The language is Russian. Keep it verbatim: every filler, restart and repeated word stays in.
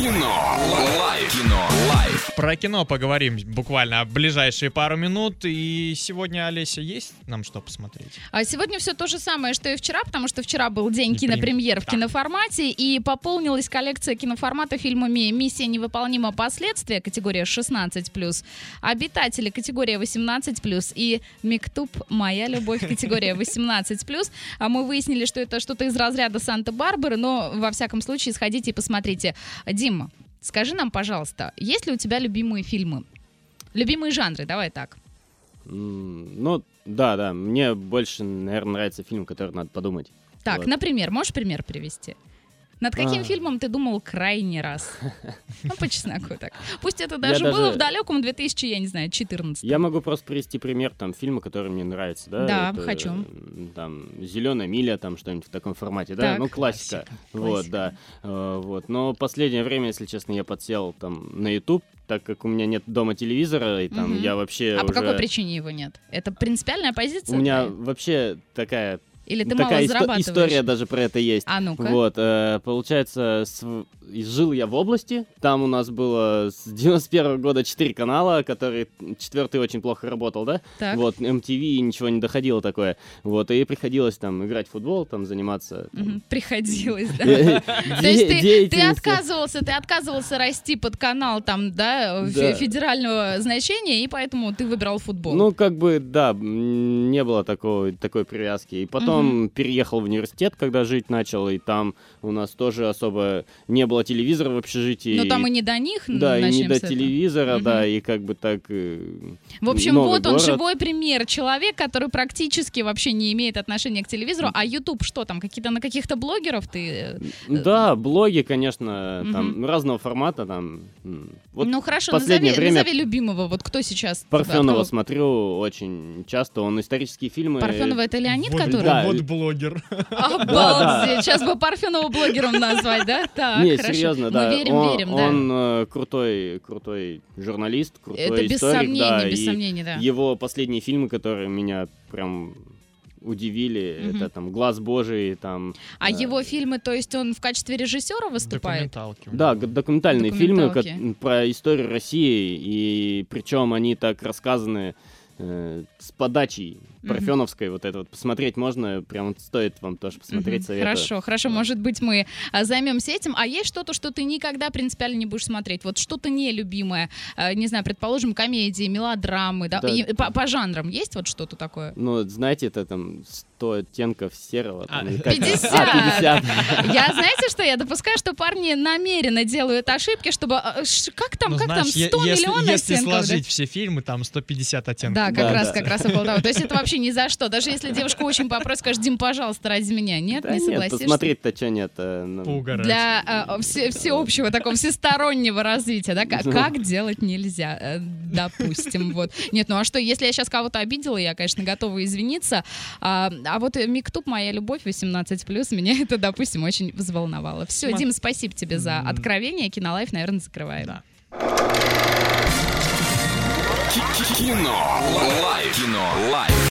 Кино. Лайф. Кино. Лайф. Про кино поговорим буквально в ближайшие пару минут. И сегодня, Олеся, есть нам что посмотреть? А сегодня все то же самое, что и вчера, потому что вчера был день И кинопремьер прем- в да. киноформате, и пополнилась коллекция киноформата фильмами «Миссия невыполнима. Последствия» категория шестнадцать плюс, «Обитатели» категория восемнадцать плюс и «Мектуб. Моя любовь» категория восемнадцать плюс. А мы выяснили, что это что-то из разряда Санта-Барбары, но во всяком случае сходите и посмотрите. Дима, скажи нам, пожалуйста, есть ли у тебя любимые фильмы? Любимые жанры, давай так. М, Ну, да, да. Мне больше, наверное, нравится фильм, который надо подумать. Так, Вот. например, можешь пример привести? Над каким А. фильмом ты думал крайний раз? Ну, по чесноку так. Пусть это даже даже- было в далеком две тысячи, я не знаю, четырнадцатом. Я могу просто привести пример там фильма, который мне нравится, да? Да, Это, хочу. м, Там «Зеленая миля», там что-нибудь в таком формате, да? Так. Ну, классика. Вот, Классика. да. Э, Вот. Но последнее время, если честно, я подсел там на YouTube, так как у меня нет дома телевизора, и там Мгм. я вообще А по уже... какой причине его нет? Это принципиальная позиция? У меня твоя? вообще такая... Или ты такая мало исто- зарабатываешь? история даже про это есть. А ну-ка. Вот, э, получается, с- и жил я в области, там у нас было с девяносто первого года четыре канала, который четвертый очень плохо работал, да? Так. Вот, эм ти ви ничего не доходило такое. Вот, и приходилось там играть в футбол, там заниматься. там, Мгм, приходилось, да. де- То есть ты, ты деятельностью. отказывался, ты отказывался расти под канал там, да, фе- Да. федерального значения, и поэтому ты выбрал футбол. Ну, как бы, да, м, не было такого, такой привязки. И потом переехал в университет, когда жить начал, и там у нас тоже особо не было телевизора в общежитии. Но там и- и не до них, Да, и не начнем до с этого. телевизора, Мгм. да, и как бы так... э, В общем, новый вот он, город. живой пример. Человек, который практически вообще не имеет отношения к телевизору. А YouTube что там? Какие-то на каких-то блогеров ты... э, Да, блоги, конечно, там Мгм. разного формата, там... м, Вот ну хорошо, последнее назови, время назови любимого. Вот кто сейчас... тебя- Парфенова кого? смотрю очень часто, он исторические фильмы... Парфенова это Леонид, Вот- который? Да. Вот блогер. Обалдеть! Сейчас бы Парфенова блогером назвать, да? Так, Не, хорошо. серьезно, Мы да. верим, он, верим, да. Он э, крутой, крутой журналист, крутой Это без историк, сомнений, да, без и сомнений, да. его последние фильмы, которые меня прям удивили, Мгм. это там «Глаз Божий», там... А э, его фильмы, то есть он в качестве режиссера выступает? Документалки. у Да, него. г- документальные фильмы Документалки. ко- про историю России, и причем они так рассказаны э, с подачей Мгм. парфеновской, вот это вот посмотреть можно, прям вот стоит вам тоже посмотреть, Мгм. советую. Хорошо, хорошо, может быть, мы а, займемся этим. А есть что-то, что ты никогда принципиально не будешь смотреть? Вот что-то нелюбимое, а, не знаю, предположим, комедии, мелодрамы, да? Да. И по, по жанрам есть вот что-то такое? Ну, знаете, это там сто оттенков серого. там, А, или как- пятьдесят. А, пятьдесят. Я, знаете, что я допускаю, что парни намеренно делают ошибки, чтобы... а, ш- Как там, Ну, как там, знаешь, е- сто если, миллионов если оттенков, да? сложить все фильмы, там сто пятьдесят оттенков. Да, как Да, раз, да. как раз около того. То есть это вообще ни за что. Даже если девушка очень попросит, скажет, Дим, пожалуйста, ради меня. Нет, Да не нет, согласишься? посмотреть-то что нет. э, ну, Поугарать. Для а, все- всеобщего такого всестороннего развития, да, как, как делать нельзя, э, допустим, вот. Нет, ну а что, если я сейчас кого-то обидела, я, конечно, готова извиниться, а, а вот э, «Мектуб. Моя любовь» восемнадцать плюс, меня это, допустим, очень взволновало. Все, Сма- Дим, спасибо тебе за М. откровение, Кинолайф, наверное, закрываем. Да. Кино. Лайф. Кино. Лайф.